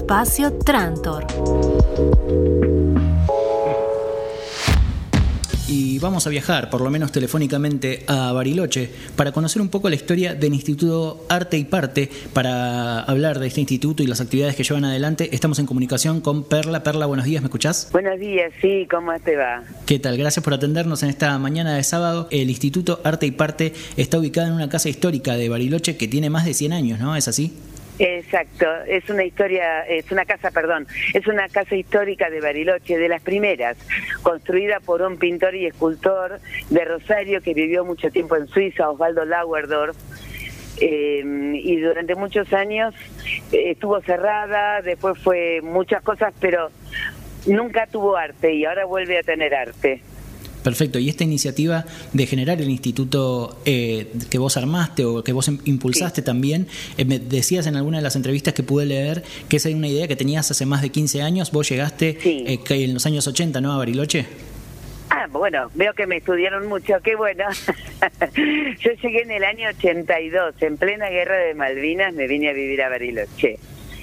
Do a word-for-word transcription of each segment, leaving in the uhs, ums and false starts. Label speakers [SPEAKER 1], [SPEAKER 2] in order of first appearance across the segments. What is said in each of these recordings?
[SPEAKER 1] Espacio Trantor.
[SPEAKER 2] Y vamos a viajar, por lo menos telefónicamente, a Bariloche para conocer un poco la historia del Instituto Arte y Parte. Para hablar de este instituto y las actividades que llevan adelante, estamos en comunicación con Perla. Perla, buenos días, ¿me escuchás?
[SPEAKER 3] Buenos días, sí, ¿cómo te va?
[SPEAKER 2] ¿Qué tal? Gracias por atendernos en esta mañana de sábado. El Instituto Arte y Parte está ubicado en una casa histórica de Bariloche que tiene más de cien años, ¿no? ¿Es así?
[SPEAKER 3] Exacto, es una historia, es una casa, perdón, es una casa histórica de Bariloche, de las primeras, construida por un pintor y escultor de Rosario que vivió mucho tiempo en Suiza, Osvaldo Lauerdorf, eh, y durante muchos años eh, estuvo cerrada, después fue muchas cosas, pero nunca tuvo arte y ahora vuelve a tener arte.
[SPEAKER 2] Perfecto, y esta iniciativa de generar el instituto eh, que vos armaste o que vos impulsaste, sí, también, eh, me decías en alguna de las entrevistas que pude leer que esa era una idea que tenías hace más de quince años, vos llegaste, sí, eh, en los años ochenta, ¿no?, a Bariloche.
[SPEAKER 3] Ah, bueno, veo que me estudiaron mucho, qué bueno. Yo llegué en el año ochenta y dos, en plena guerra de Malvinas, me vine a vivir a Bariloche.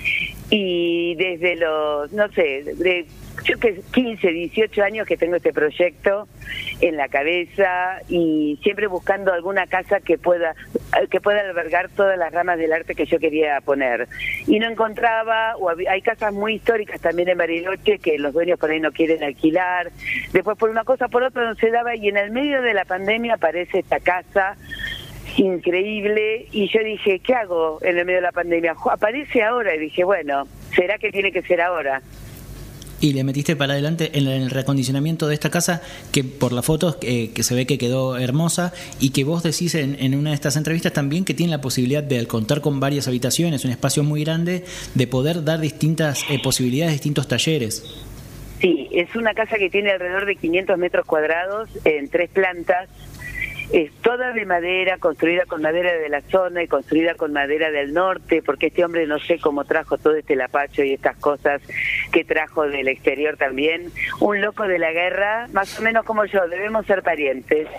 [SPEAKER 3] Y desde los, no sé, de yo que quince, dieciocho años que tengo este proyecto en la cabeza y siempre buscando alguna casa que pueda que pueda albergar todas las ramas del arte que yo quería poner. Y no encontraba, o había, hay casas muy históricas también en Bariloche que los dueños por ahí no quieren alquilar. Después por una cosa por otra no se daba y en el medio de la pandemia aparece esta casa increíble y yo dije, ¿qué hago en el medio de la pandemia? Aparece ahora y dije, bueno, ¿será que tiene que ser ahora?
[SPEAKER 2] Y le metiste para adelante en el reacondicionamiento de esta casa que por las fotos eh, que se ve que quedó hermosa y que vos decís en, en una de estas entrevistas también que tiene la posibilidad de, al contar con varias habitaciones, un espacio muy grande, de poder dar distintas eh, posibilidades, distintos talleres.
[SPEAKER 3] Sí, es una casa que tiene alrededor de quinientos metros cuadrados en tres plantas. Es toda de madera, construida con madera de la zona y construida con madera del norte, porque este hombre no sé cómo trajo todo este lapacho y estas cosas que trajo del exterior también. Un loco de la guerra, más o menos como yo, debemos ser parientes.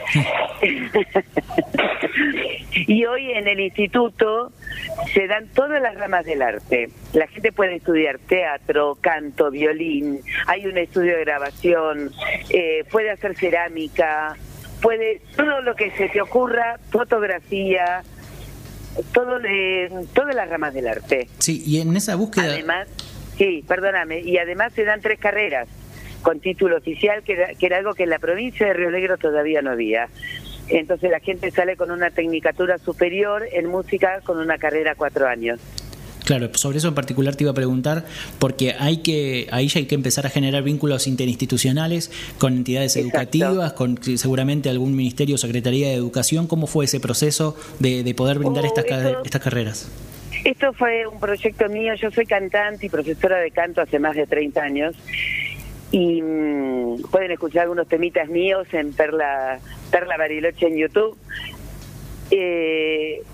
[SPEAKER 3] Y hoy en el instituto se dan todas las ramas del arte. La gente puede estudiar teatro, canto, violín, hay un estudio de grabación, eh, puede hacer cerámica, puede todo lo que se te ocurra, fotografía, todo de todas las ramas del arte.
[SPEAKER 2] Sí, y en esa búsqueda.
[SPEAKER 3] Además, sí, perdóname, y además se dan tres carreras con título oficial, que era, que era algo que en la provincia de Río Negro todavía no había. Entonces la gente sale con una tecnicatura superior en música con una carrera cuatro años.
[SPEAKER 2] Claro, sobre eso en particular te iba a preguntar, porque hay que ahí ya hay que empezar a generar vínculos interinstitucionales con entidades Exacto. educativas, con seguramente algún ministerio o secretaría de educación. ¿Cómo fue ese proceso de, de poder brindar
[SPEAKER 3] oh,
[SPEAKER 2] estas,
[SPEAKER 3] esto,
[SPEAKER 2] estas carreras?
[SPEAKER 3] Esto fue un proyecto mío. Yo soy cantante y profesora de canto hace más de treinta años y mmm, pueden escuchar algunos temitas míos en Perla, Perla Bariloche en YouTube. Eh...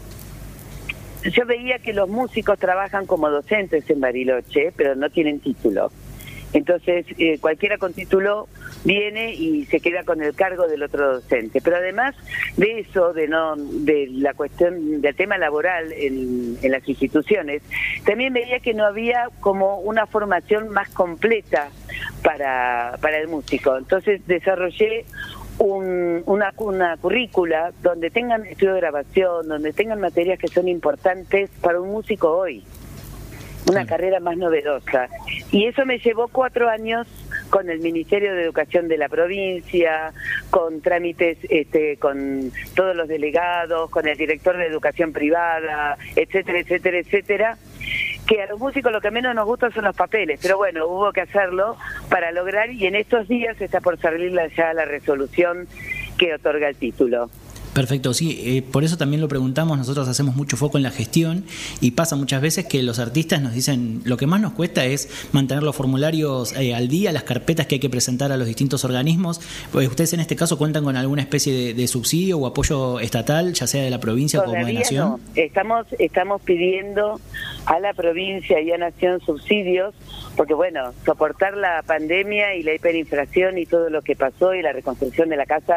[SPEAKER 3] Yo veía que los músicos trabajan como docentes en Bariloche, pero no tienen título. Entonces, eh, cualquiera con título viene y se queda con el cargo del otro docente. Pero además de eso, de no de la cuestión del tema laboral en, en las instituciones, también veía que no había como una formación más completa para, para el músico. Entonces, desarrollé Un, una, una currícula donde tengan estudio de grabación, donde tengan materias que son importantes para un músico hoy, una sí. carrera más novedosa. Y eso me llevó cuatro años con el Ministerio de Educación de la provincia, con trámites este, con todos los delegados, con el director de educación privada, etcétera, etcétera, etcétera, que a los músicos lo que menos nos gusta son los papeles, pero bueno, hubo que hacerlo para lograr y en estos días está por salir ya la resolución que otorga el título.
[SPEAKER 2] Perfecto, sí, eh, por eso también lo preguntamos, nosotros hacemos mucho foco en la gestión y pasa muchas veces que los artistas nos dicen lo que más nos cuesta es mantener los formularios eh, al día, las carpetas que hay que presentar a los distintos organismos. Pues ustedes en este caso cuentan con alguna especie de, de subsidio o apoyo estatal, ya sea de la provincia o como de Nación.
[SPEAKER 3] No. Estamos, estamos pidiendo a la provincia y a Nación subsidios, porque bueno, soportar la pandemia y la hiperinflación y todo lo que pasó y la reconstrucción de la casa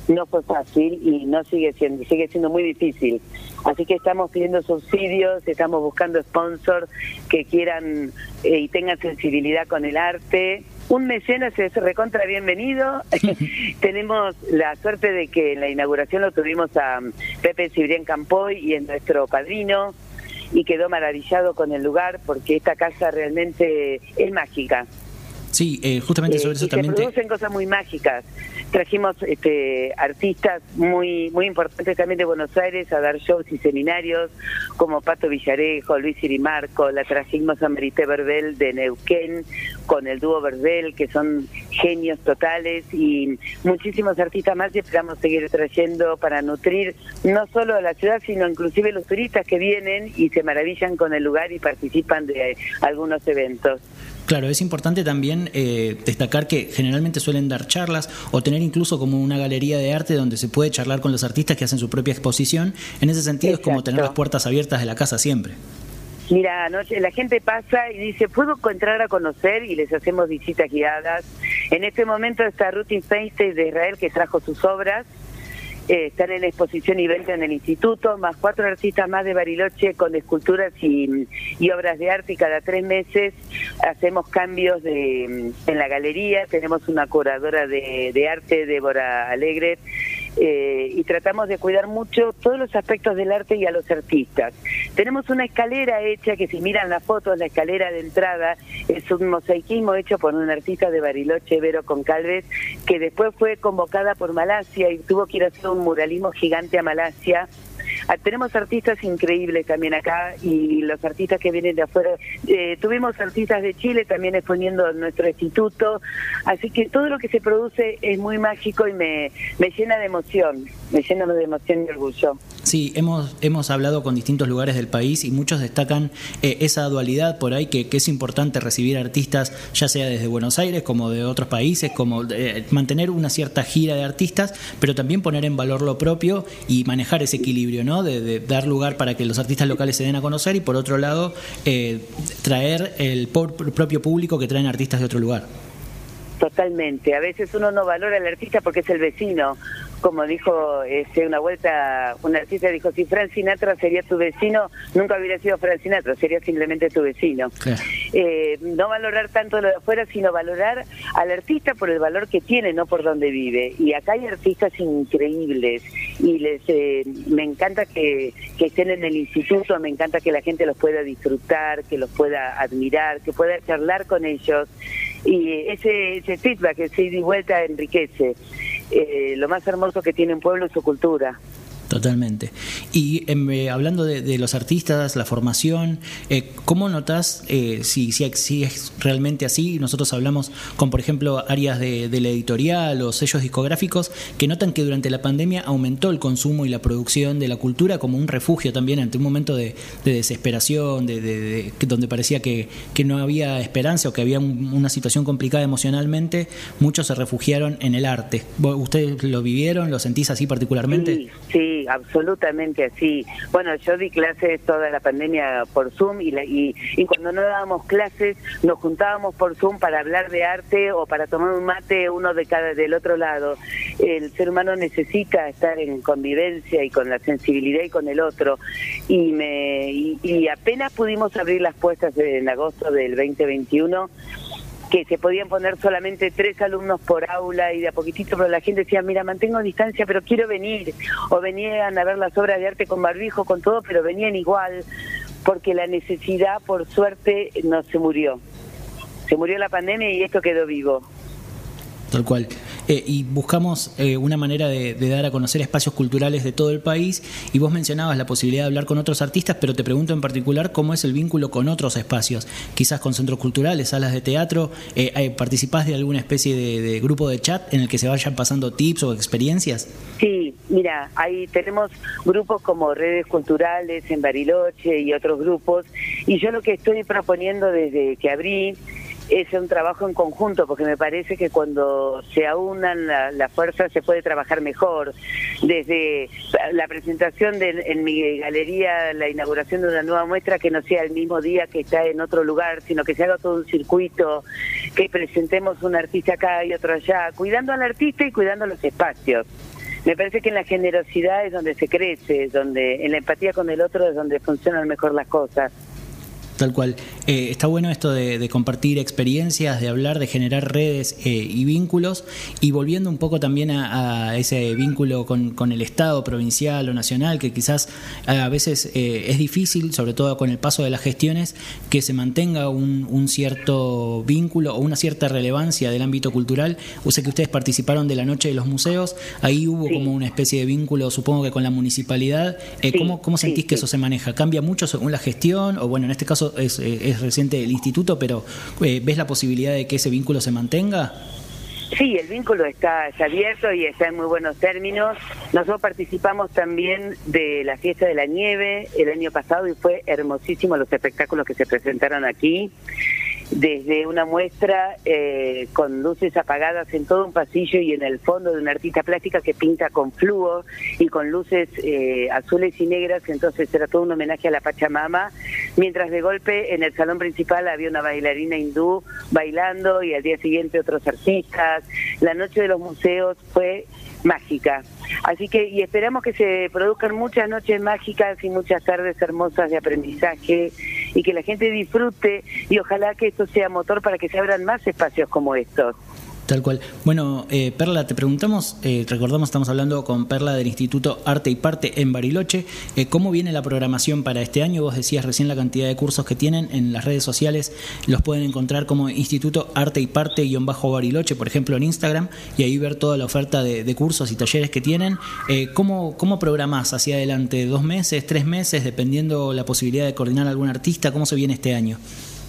[SPEAKER 3] no fue fácil y no sigue siendo, sigue siendo muy difícil. Así que estamos pidiendo subsidios, estamos buscando sponsors que quieran eh, y tengan sensibilidad con el arte. Un mecenas es recontra bienvenido. Tenemos la suerte de que en la inauguración lo tuvimos a Pepe Cibrián Campoy y es nuestro padrino, y quedó maravillado con el lugar porque esta casa realmente es mágica.
[SPEAKER 2] Sí, eh, justamente sobre
[SPEAKER 3] eh,
[SPEAKER 2] eso
[SPEAKER 3] y
[SPEAKER 2] también
[SPEAKER 3] se producen
[SPEAKER 2] te...
[SPEAKER 3] cosas muy mágicas. Trajimos este, artistas muy muy importantes también de Buenos Aires a dar shows y seminarios, como Pato Villarejo, Luis Irimarco. La trajimos a Marité Verbel de Neuquén con el dúo Verbel, que son genios totales, y muchísimos artistas más, y esperamos seguir trayendo para nutrir no solo a la ciudad, sino inclusive los turistas que vienen y se maravillan con el lugar y participan de algunos eventos.
[SPEAKER 2] Claro, es importante también eh, destacar que generalmente suelen dar charlas o tener incluso como una galería de arte donde se puede charlar con los artistas que hacen su propia exposición. En ese sentido Exacto. Es como tener las puertas abiertas de la casa siempre.
[SPEAKER 3] Mira, anoche la gente pasa y dice, ¿puedo entrar a conocer? Y les hacemos visitas guiadas. En este momento está Rutin Feinstein de Israel, que trajo sus obras. Eh, están en exposición y venta en el instituto, más cuatro artistas más de Bariloche con esculturas y, y obras de arte, y cada tres meses hacemos cambios de, en la galería. Tenemos una curadora de, de arte, Débora Alegre, eh, y tratamos de cuidar mucho todos los aspectos del arte y a los artistas. Tenemos una escalera hecha, que si miran las fotos, la escalera de entrada es un mosaicismo hecho por un artista de Bariloche, Vero Concalves, que después fue convocada por Malasia y tuvo que ir a hacer un muralismo gigante a Malasia. Ah, tenemos artistas increíbles también acá, y los artistas que vienen de afuera. Eh, tuvimos artistas de Chile también exponiendo en nuestro instituto, así que todo lo que se produce es muy mágico y me, me llena de emoción, me llena de emoción y orgullo.
[SPEAKER 2] Sí, hemos hemos hablado con distintos lugares del país y muchos destacan eh, esa dualidad por ahí, que, que es importante recibir artistas, ya sea desde Buenos Aires como de otros países, como eh, mantener una cierta gira de artistas, pero también poner en valor lo propio y manejar ese equilibrio, ¿no? De, de dar lugar para que los artistas locales se den a conocer y por otro lado eh, traer el por, propio público que traen artistas de otro lugar.
[SPEAKER 3] Totalmente. A veces uno no valora al artista porque es el vecino. Como dijo este, una vuelta, un artista dijo, si Frank Sinatra sería tu vecino, nunca hubiera sido Frank Sinatra, sería simplemente tu vecino. Claro. Eh, no valorar tanto lo de afuera, sino valorar al artista por el valor que tiene, no por donde vive. Y acá hay artistas increíbles, y les eh, me encanta que, que estén en el instituto, me encanta que la gente los pueda disfrutar, que los pueda admirar, que pueda charlar con ellos. Y ese, ese feedback, ese ida y vuelta enriquece. Eh, lo más hermoso que tiene un pueblo es su cultura.
[SPEAKER 2] Totalmente. Y eh, hablando de, de los artistas, la formación, eh, ¿cómo notas eh, si, si, si es realmente así? Nosotros hablamos con, por ejemplo, áreas de, de la editorial o sellos discográficos que notan que durante la pandemia aumentó el consumo y la producción de la cultura como un refugio también ante un momento de, de desesperación, de, de, de, donde parecía que, que no había esperanza o que había un, una situación complicada emocionalmente. Muchos se refugiaron en el arte. ¿Ustedes lo vivieron? ¿Lo sentís así particularmente?
[SPEAKER 3] Sí, sí. Absolutamente así. Bueno, yo di clases toda la pandemia por Zoom y, la, y, y cuando no dábamos clases nos juntábamos por Zoom para hablar de arte o para tomar un mate uno de cada del otro lado. El ser humano necesita estar en convivencia y con la sensibilidad y con el otro. Y, me, y, y apenas pudimos abrir las puertas en agosto del veinte veintiuno, que se podían poner solamente tres alumnos por aula y de a poquitito, pero la gente decía, mira, mantengo distancia, pero quiero venir, o venían a ver las obras de arte con barbijo, con todo, pero venían igual, porque la necesidad, por suerte, no se murió. Se murió la pandemia y esto quedó vivo.
[SPEAKER 2] Tal cual. Eh, y buscamos eh, una manera de, de dar a conocer espacios culturales de todo el país, y vos mencionabas la posibilidad de hablar con otros artistas, pero te pregunto en particular cómo es el vínculo con otros espacios, quizás con centros culturales, salas de teatro. Eh, eh, ¿Participás de alguna especie de, de grupo de chat en el que se vayan pasando tips o experiencias?
[SPEAKER 3] Sí, mira, ahí tenemos grupos como Redes Culturales en Bariloche y otros grupos, y yo lo que estoy proponiendo desde que abrí es un trabajo en conjunto, porque me parece que cuando se aunan las la fuerzas se puede trabajar mejor. Desde la presentación de, en mi galería, la inauguración de una nueva muestra, que no sea el mismo día que está en otro lugar, sino que se haga todo un circuito, que presentemos un artista acá y otro allá, cuidando al artista y cuidando los espacios. Me parece que en la generosidad es donde se crece, donde en la empatía con el otro es donde funcionan mejor las cosas.
[SPEAKER 2] Tal cual. Eh, está bueno esto de, de compartir experiencias, de hablar, de generar redes eh, y vínculos, y volviendo un poco también a, a ese vínculo con, con el Estado provincial o nacional, que quizás a veces eh, es difícil, sobre todo con el paso de las gestiones, que se mantenga un, un cierto vínculo o una cierta relevancia del ámbito cultural. O sea que ustedes participaron de la Noche de los Museos, ahí hubo sí. como una especie de vínculo, supongo que con la municipalidad. Eh, sí, ¿Cómo, cómo sentís sí, que sí. eso se maneja? ¿Cambia mucho según la gestión? O bueno, en este caso Es, es reciente el instituto, pero eh, ¿ves la posibilidad de que ese vínculo se mantenga?
[SPEAKER 3] Sí, el vínculo está, está abierto y está en muy buenos términos. Nosotros participamos también de la Fiesta de la Nieve el año pasado y fue hermosísimo los espectáculos que se presentaron aquí. Desde una muestra eh, con luces apagadas en todo un pasillo y en el fondo de una artista plástica que pinta con fluo y con luces eh, azules y negras, entonces era todo un homenaje a la Pachamama, mientras de golpe en el salón principal había una bailarina hindú bailando y al día siguiente otros artistas. La Noche de los Museos fue mágica. Así que, y esperamos que se produzcan muchas noches mágicas y muchas tardes hermosas de aprendizaje y que la gente disfrute, y ojalá que esto sea motor para que se abran más espacios como estos.
[SPEAKER 2] Tal cual. Bueno, eh, Perla, te preguntamos, eh, recordamos, estamos hablando con Perla del Instituto Arte y Parte en Bariloche, eh, ¿cómo viene la programación para este año? Vos decías recién la cantidad de cursos que tienen en las redes sociales, los pueden encontrar como Instituto Arte y Parte guión bajo Bariloche, por ejemplo, en Instagram, y ahí ver toda la oferta de, de cursos y talleres que tienen. Eh, ¿cómo, ¿Cómo programás hacia adelante? ¿Dos meses, tres meses, dependiendo la posibilidad de coordinar a algún artista? ¿Cómo se viene este año?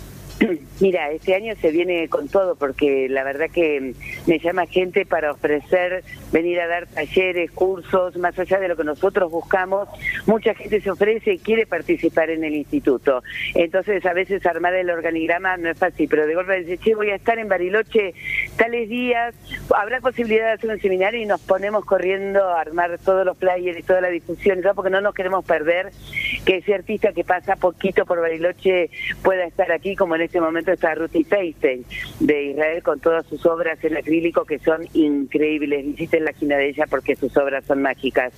[SPEAKER 3] Mira, este año se viene con todo porque la verdad que me llama gente para ofrecer, venir a dar talleres, cursos, más allá de lo que nosotros buscamos. Mucha gente se ofrece y quiere participar en el instituto. Entonces a veces armar el organigrama no es fácil, pero de golpe dice, che, voy a estar en Bariloche tales días, habrá posibilidad de hacer un seminario y nos ponemos corriendo a armar todos los flyers y toda la difusión, ¿no? Porque no nos queremos perder que ese artista que pasa poquito por Bariloche pueda estar aquí, como en este momento está Ruti Feinstein de Israel con todas sus obras en acrílico que son increíbles. Visiten la página de ella porque sus obras son mágicas.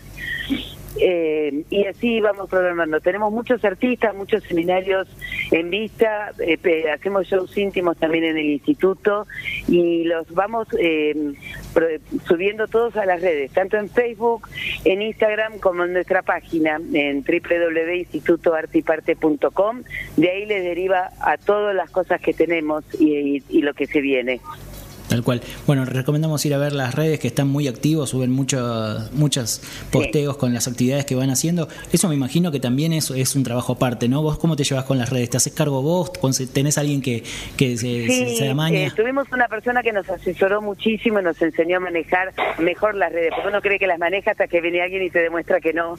[SPEAKER 3] Eh, y así vamos programando. Tenemos muchos artistas, muchos seminarios en vista, eh, hacemos shows íntimos también en el instituto y los vamos eh, subiendo todos a las redes, tanto en Facebook, en Instagram como en nuestra página en doble u doble u doble u punto instituto arte y parte punto com. De ahí les deriva a todas las cosas que tenemos y, y, y lo que se viene.
[SPEAKER 2] Tal cual. Bueno, recomendamos ir a ver las redes que están muy activos, suben muchos muchos posteos sí. con las actividades que van haciendo. Eso me imagino que también es, es un trabajo aparte, ¿no? ¿Vos cómo te llevas con las redes? ¿Te haces cargo vos? ¿Tenés alguien que, que se,
[SPEAKER 3] sí,
[SPEAKER 2] se, se amaña?
[SPEAKER 3] Eh, tuvimos una persona que nos asesoró muchísimo y nos enseñó a manejar mejor las redes, porque uno cree que las maneja hasta que viene alguien y te demuestra que no.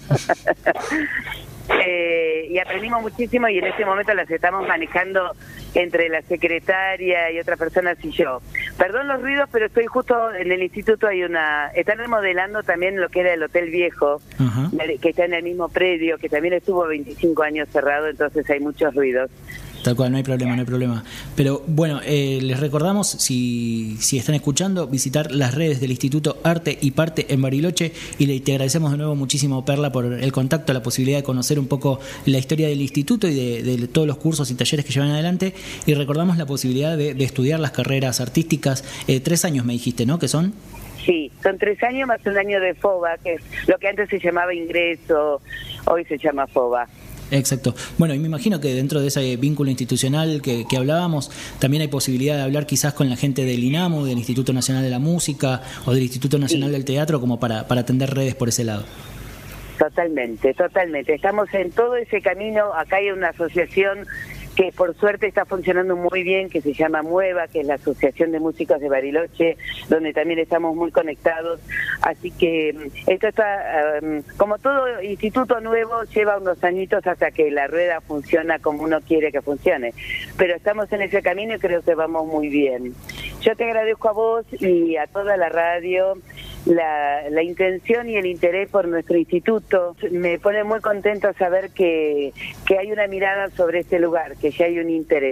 [SPEAKER 3] Eh, y aprendimos muchísimo y en este momento las estamos manejando entre la secretaria y otras personas y yo. Perdón los ruidos, pero estoy justo en el instituto, hay una, están remodelando también lo que era el Hotel Viejo, uh-huh. que está en el mismo predio, que también estuvo veinticinco años cerrado, entonces hay muchos ruidos.
[SPEAKER 2] Tal cual, no hay problema, no hay problema. Pero bueno, eh, les recordamos, si, si están escuchando, visitar las redes del Instituto Arte y Parte en Bariloche, y le, te agradecemos de nuevo muchísimo, Perla, por el contacto, la posibilidad de conocer un poco la historia del instituto y de, de todos los cursos y talleres que llevan adelante, y recordamos la posibilidad de, de estudiar las carreras artísticas. Eh, tres años me dijiste, ¿no? ¿Que son?
[SPEAKER 3] Sí, son tres años más un año de FOBA, que es lo que antes se llamaba ingreso, hoy se llama FOBA.
[SPEAKER 2] Exacto. Bueno, y me imagino que dentro de ese vínculo institucional que, que hablábamos, también hay posibilidad de hablar quizás con la gente del INAMU, del Instituto Nacional de la Música o del Instituto Nacional sí. del Teatro, como para, para atender redes por ese lado.
[SPEAKER 3] Totalmente, totalmente. Estamos en todo ese camino. Acá hay una asociación que por suerte está funcionando muy bien, que se llama Mueva, que es la Asociación de Músicos de Bariloche, donde también estamos muy conectados. Así que esto está, um, como todo instituto nuevo, lleva unos añitos hasta que la rueda funciona como uno quiere que funcione. Pero estamos en ese camino y creo que vamos muy bien. Yo te agradezco a vos y a toda la radio la, la intención y el interés por nuestro instituto. Me pone muy contento saber que, que hay una mirada sobre este lugar, que ya hay un interés.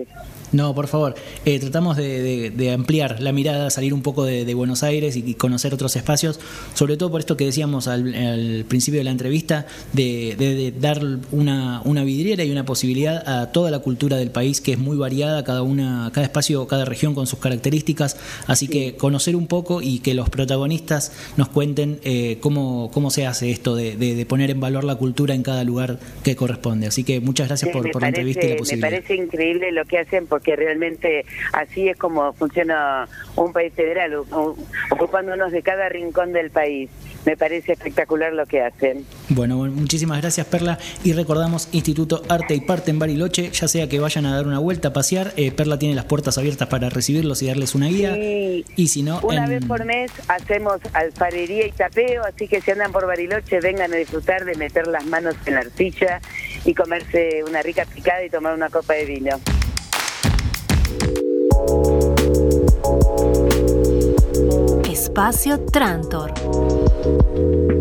[SPEAKER 2] No, por favor, eh, tratamos de, de, de ampliar la mirada, salir un poco de, de Buenos Aires y, y conocer otros espacios, sobre todo por esto que decíamos al, al principio de la entrevista, de, de, de dar una, una vidriera y una posibilidad a toda la cultura del país, que es muy variada, cada una, cada espacio, cada región con sus características, así sí. que conocer un poco y que los protagonistas nos cuenten eh, cómo, cómo se hace esto de, de, de poner en valor la cultura en cada lugar que corresponde. Así que muchas gracias sí, por, por parece, la entrevista y la posibilidad.
[SPEAKER 3] Me parece increíble lo que hacen, porque realmente así es como funciona un país federal, ocupándonos de cada rincón del país. Me parece espectacular lo que hacen.
[SPEAKER 2] Bueno, muchísimas gracias, Perla, y recordamos Instituto Arte y Parte en Bariloche, ya sea que vayan a dar una vuelta, a pasear, eh, Perla tiene las puertas abiertas para recibirlos y darles una guía,
[SPEAKER 3] sí.
[SPEAKER 2] y si no...
[SPEAKER 3] Una
[SPEAKER 2] en...
[SPEAKER 3] vez por mes hacemos alfarería y tapeo, así que si andan por Bariloche vengan a disfrutar de meter las manos en la arcilla y comerse una rica picada y tomar una copa de vino.
[SPEAKER 1] Espacio Trantor.